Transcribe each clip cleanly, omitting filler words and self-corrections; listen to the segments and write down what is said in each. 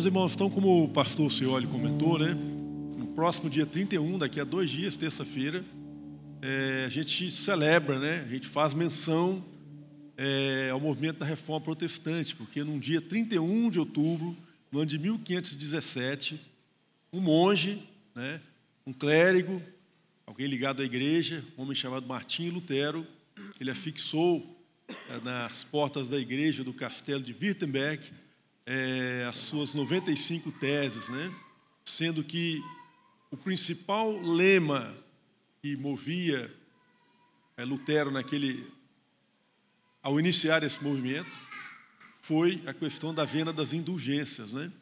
Meus irmãos, então, como o pastor Cioli comentou, né? No próximo dia 31, daqui a 2 dias, terça-feira, a gente celebra, né? A gente faz menção ao movimento da Reforma Protestante, porque no dia 31 de outubro, no ano de 1517, um monge, né? Um clérigo, alguém ligado à igreja, um homem chamado Martinho Lutero, ele afixou nas portas da igreja do castelo de Wittenberg as suas 95 teses, né? Sendo que o principal lema que movia Lutero ao iniciar esse movimento foi a questão da venda das indulgências, né?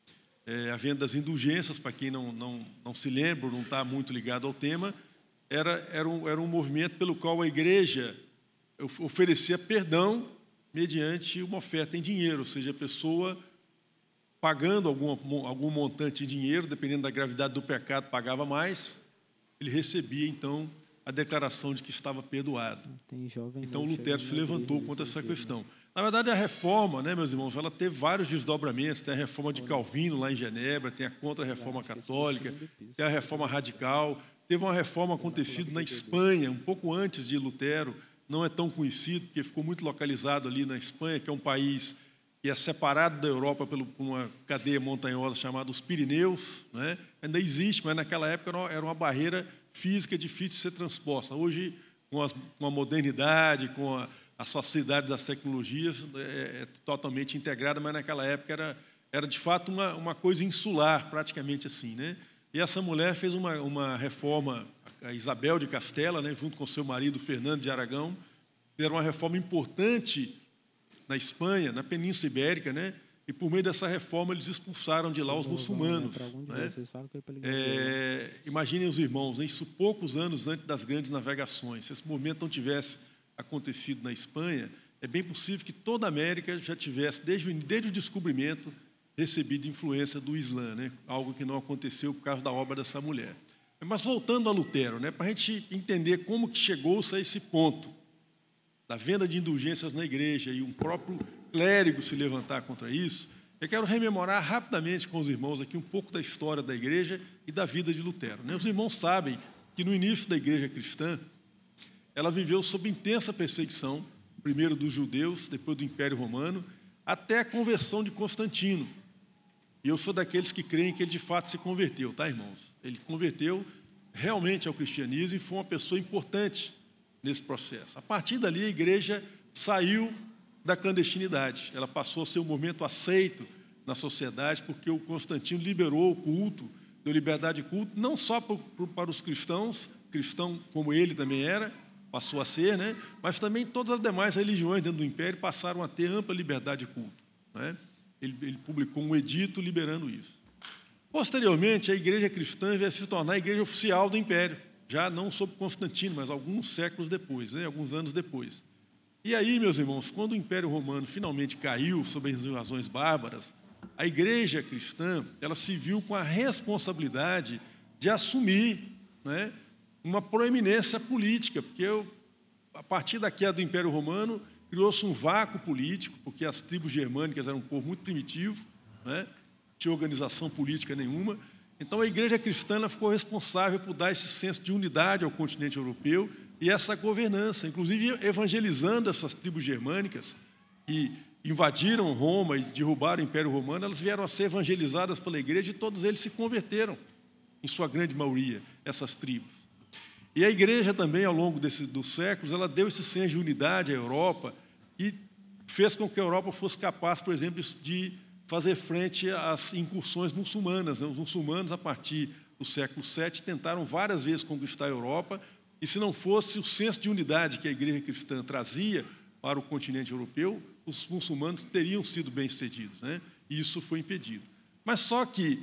A venda das indulgências, para quem não se lembra, não está muito ligado ao tema, era um movimento pelo qual a igreja oferecia perdão mediante uma oferta em dinheiro, ou seja, a pessoa pagando algum montante em dinheiro, dependendo da gravidade do pecado, pagava mais, ele recebia, então, a declaração de que estava perdoado. Então, Lutero se levantou contra essa questão. Na verdade, a reforma, né, meus irmãos, ela teve vários desdobramentos. Tem a reforma de Calvino, lá em Genebra, tem a contra-reforma católica, tem a reforma radical. Teve uma reforma acontecida na Espanha, um pouco antes de Lutero, não é tão conhecido, porque ficou muito localizado ali na Espanha, que é um país que é separado da Europa por uma cadeia montanhosa chamada os Pirineus, né? Ainda existe, mas naquela época era uma barreira física difícil de ser transposta. Hoje, com a modernidade, com as facilidades das tecnologias, é totalmente integrada, mas naquela época era de fato uma coisa insular, praticamente assim, né? E essa mulher fez uma reforma, a Isabel de Castela, né, junto com seu marido Fernando de Aragão, fizeram uma reforma importante na Espanha, na Península Ibérica, né? E por meio dessa reforma eles expulsaram de lá os muçulmanos, né? Imaginem os irmãos, né? Isso poucos anos antes das grandes navegações. Se esse movimento não tivesse acontecido na Espanha, é bem possível que toda a América já tivesse, desde o descobrimento, recebido influência do Islã, né? Algo que não aconteceu por causa da obra dessa mulher. Mas voltando a Lutero, né? Para a gente entender como que chegou-se a esse ponto da venda de indulgências na igreja e um próprio clérigo se levantar contra isso, eu quero rememorar rapidamente com os irmãos aqui um pouco da história da igreja e da vida de Lutero, né? Os irmãos sabem que no início da igreja cristã, ela viveu sob intensa perseguição, primeiro dos judeus, depois do Império Romano, até a conversão de Constantino. E eu sou daqueles que creem que ele de fato se converteu, tá, irmãos? Ele converteu realmente ao cristianismo e foi uma pessoa importante nesse processo. A partir dali, a igreja saiu da clandestinidade. Ela passou a ser um movimento aceito na sociedade, porque o Constantino liberou o culto, deu liberdade de culto, não só para os cristãos, cristão como ele também era, passou a ser, né? Mas também todas as demais religiões dentro do império passaram a ter ampla liberdade de culto, né? Ele publicou um edito liberando isso. Posteriormente, a igreja cristã veio se tornar a igreja oficial do império, já não sob Constantino, mas alguns séculos depois, né? Alguns anos depois. E aí, meus irmãos, quando o Império Romano finalmente caiu sob as invasões bárbaras, a igreja cristã ela se viu com a responsabilidade de assumir, né, uma proeminência política, porque a partir da queda do Império Romano criou-se um vácuo político, porque as tribos germânicas eram um povo muito primitivo, né, não tinha organização política nenhuma. Então, a igreja cristã ficou responsável por dar esse senso de unidade ao continente europeu e essa governança, inclusive evangelizando essas tribos germânicas que invadiram Roma e derrubaram o Império Romano. Elas vieram a ser evangelizadas pela igreja e todos eles se converteram, em sua grande maioria, essas tribos. E a igreja também, ao longo dos séculos, ela deu esse senso de unidade à Europa e fez com que a Europa fosse capaz, por exemplo, de fazer frente às incursões muçulmanas, né? Os muçulmanos, a partir do século VII, tentaram várias vezes conquistar a Europa, e se não fosse o senso de unidade que a igreja cristã trazia para o continente europeu, os muçulmanos teriam sido bem-sucedidos, né? E isso foi impedido. Mas só que,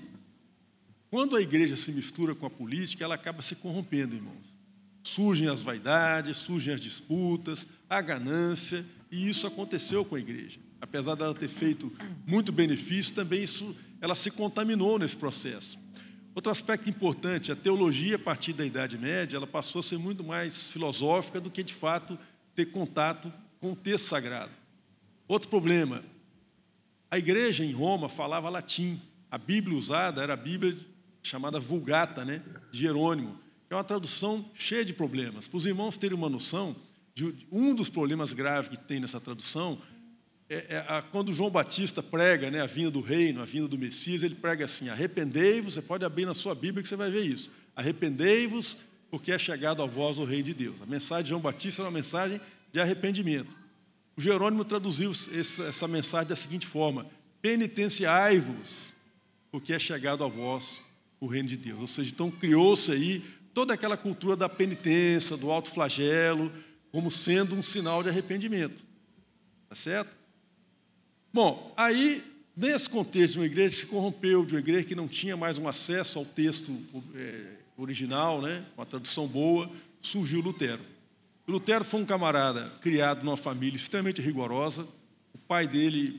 quando a igreja se mistura com a política, ela acaba se corrompendo, irmãos. Surgem as vaidades, surgem as disputas, a ganância, e isso aconteceu com a igreja. Apesar dela ter feito muito benefício, também ela se contaminou nesse processo. Outro aspecto importante, a teologia, a partir da Idade Média, ela passou a ser muito mais filosófica do que, de fato, ter contato com o texto sagrado. Outro problema, A igreja em Roma falava latim. A Bíblia usada era a Bíblia chamada Vulgata, né, de Jerônimo, que é uma tradução cheia de problemas. Para os irmãos terem uma noção, um dos problemas graves que tem nessa tradução quando João Batista prega, né, a vinda do reino, a vinda do Messias, ele prega assim: arrependei-vos, você pode abrir na sua Bíblia que você vai ver isso. Arrependei-vos, porque é chegado a vós o reino de Deus. A mensagem de João Batista era uma mensagem de arrependimento. O Jerônimo traduziu essa mensagem da seguinte forma: penitenciai-vos, porque é chegado a vós o reino de Deus. Ou seja, então criou-se aí toda aquela cultura da penitência, do autoflagelo, como sendo um sinal de arrependimento. Tá certo? Bom, aí, nesse contexto de uma igreja que se corrompeu, de uma igreja que não tinha mais um acesso ao texto original, né, uma tradução boa, surgiu Lutero. O Lutero foi um camarada criado numa família extremamente rigorosa. O pai dele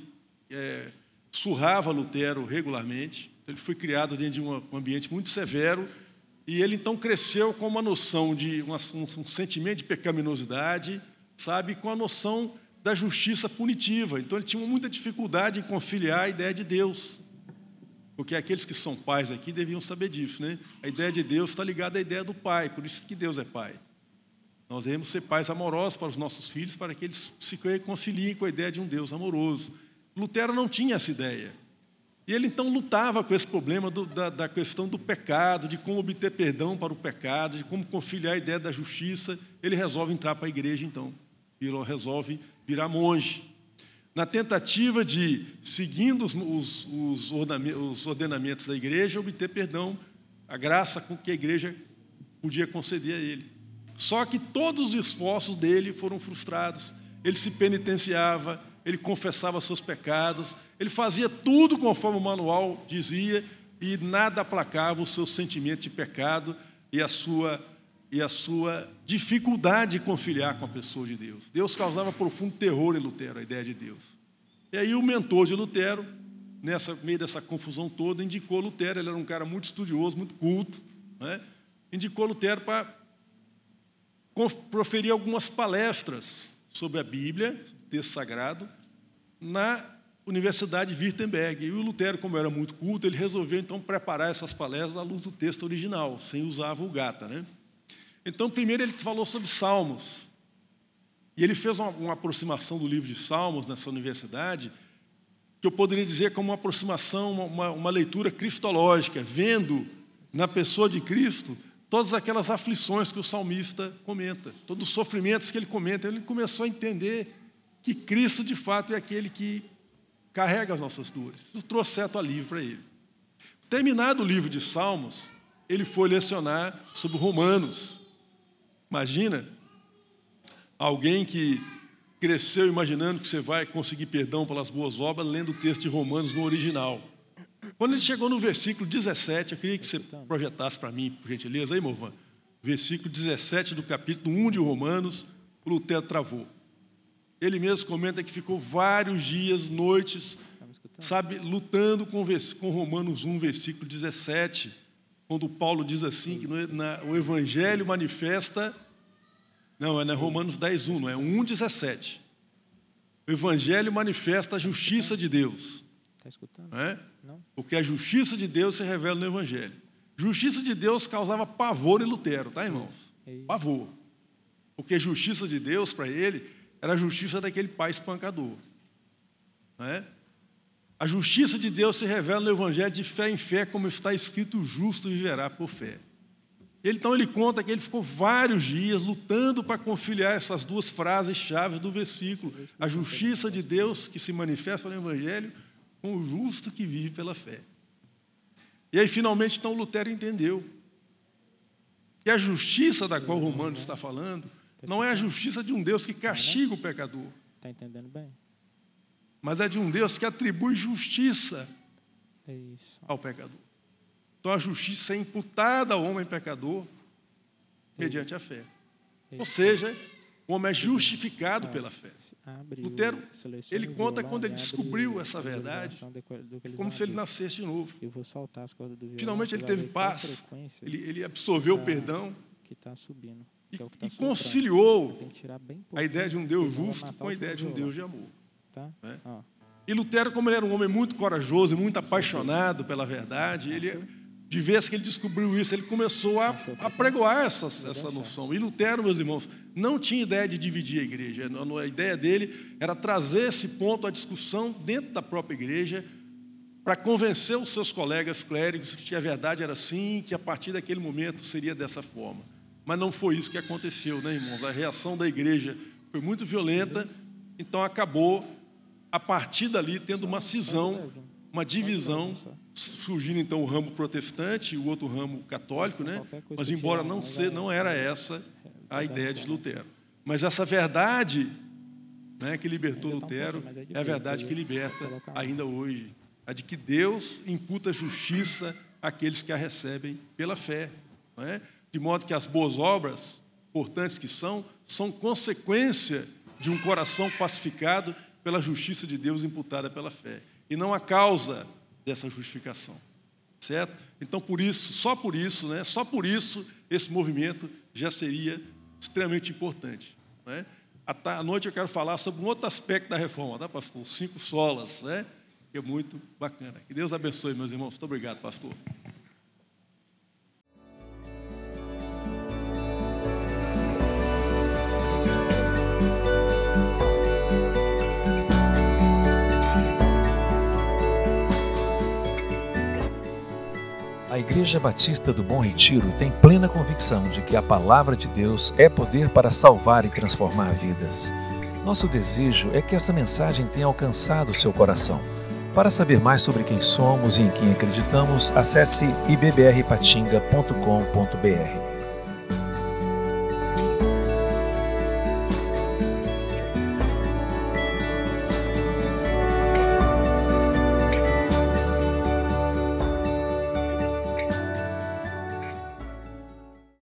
surrava Lutero regularmente. Ele foi criado dentro de um ambiente muito severo, e ele então cresceu com uma noção de um sentimento de pecaminosidade, sabe, com a noção da justiça punitiva. Então ele tinha muita dificuldade em conciliar a ideia de Deus, porque aqueles que são pais aqui deviam saber disso, né? A ideia de Deus está ligada à ideia do pai, por isso que Deus é pai. Nós devemos ser pais amorosos para os nossos filhos, para que eles se reconciliem com a ideia de um Deus amoroso. Lutero não tinha essa ideia. E ele então lutava com esse problema da questão do pecado, de como obter perdão para o pecado, de como conciliar a ideia da justiça. Ele resolve entrar para a igreja, então. Resolve virar monge. Na tentativa de, seguindo os ordenamentos da igreja, obter perdão, a graça com que a igreja podia conceder a ele. Só que todos os esforços dele foram frustrados. Ele se penitenciava, ele confessava seus pecados, ele fazia tudo conforme o manual dizia, e nada aplacava o seu sentimento de pecado e a sua dificuldade de conciliar com a pessoa de Deus. Deus causava profundo terror em Lutero, a ideia de Deus. E aí o mentor de Lutero, meio dessa confusão toda, indicou Lutero. Ele era um cara muito estudioso, muito culto, né? Indicou Lutero para proferir algumas palestras sobre a Bíblia, texto sagrado, na Universidade de Wittenberg. E o Lutero, como era muito culto, ele resolveu então preparar essas palestras à luz do texto original, sem usar a Vulgata, né? Então, primeiro ele falou sobre Salmos. E ele fez uma aproximação do livro de Salmos nessa universidade, que eu poderia dizer como uma aproximação, uma leitura cristológica, vendo na pessoa de Cristo todas aquelas aflições que o salmista comenta, todos os sofrimentos que ele comenta. Ele começou a entender que Cristo, de fato, é aquele que carrega as nossas dores. Isso trouxe certo alívio para ele. Terminado o livro de Salmos, ele foi lecionar sobre Romanos. Imagina alguém que cresceu imaginando que você vai conseguir perdão pelas boas obras, lendo o texto de Romanos no original. Quando ele chegou no versículo 17, eu queria que você projetasse para mim, por gentileza, aí, Morvan. Versículo 17 do capítulo 1 de Romanos, o Lutero travou. Ele mesmo comenta que ficou vários dias, noites, sabe, lutando com Romanos 1, versículo 17, quando Paulo diz assim, que o Evangelho manifesta... Não, é Romanos 10, 1, não é 1, 17. O Evangelho manifesta a justiça de Deus. Está escutando? Não é? Não. Porque a justiça de Deus se revela no Evangelho. Justiça de Deus causava pavor em Lutero, tá, irmãos? Pavor. Porque a justiça de Deus, para ele, era a justiça daquele pai espancador. Não é? A justiça de Deus se revela no Evangelho de fé em fé, como está escrito: o justo viverá por fé. Então ele conta que ele ficou vários dias lutando para conciliar essas duas frases-chave do versículo: a justiça de Deus que se manifesta no Evangelho com o justo que vive pela fé. E aí, finalmente, então, Lutero entendeu que a justiça da qual Romanos está falando não é a justiça de um Deus que castiga o pecador. Está entendendo bem? Mas é de um Deus que atribui justiça ao pecador. Então a justiça é imputada ao homem pecador mediante a fé. Ou seja, o homem é justificado pela fé. Lutero, ele conta quando ele descobriu essa verdade, como se ele nascesse de novo. Finalmente ele teve paz, ele absorveu o perdão e conciliou a ideia de um Deus justo com a ideia de um Deus de amor. E Lutero, como ele era um homem muito corajoso e muito apaixonado pela verdade, de vez que ele descobriu isso, ele começou a pregoar essa noção. E Lutero, meus irmãos, não tinha ideia de dividir a igreja. A ideia dele era trazer esse ponto à discussão dentro da própria igreja, para convencer os seus colegas clérigos que a verdade era assim, que a partir daquele momento seria dessa forma. Mas não foi isso que aconteceu, né, irmãos? A reação da igreja foi muito violenta, então acabou, a partir dali, tendo uma cisão, uma divisão, surgindo então o ramo protestante e o outro ramo católico, né? Mas embora não era essa a ideia de Lutero. Mas essa verdade, né, que libertou Lutero é a verdade que liberta ainda hoje. A de que Deus imputa justiça àqueles que a recebem pela fé. Não é? De modo que as boas obras, importantes que são consequência de um coração pacificado pela justiça de Deus imputada pela fé. E não a causa dessa justificação. Certo? Então, só por isso, esse movimento já seria extremamente importante. Não é? À noite eu quero falar sobre um outro aspecto da reforma, tá, pastor? 5 solas, né? Que é muito bacana. Que Deus abençoe, meus irmãos. Muito obrigado, pastor. A Igreja Batista do Bom Retiro tem plena convicção de que a palavra de Deus é poder para salvar e transformar vidas. Nosso desejo é que essa mensagem tenha alcançado o seu coração. Para saber mais sobre quem somos e em quem acreditamos, acesse ibbrpatinga.com.br.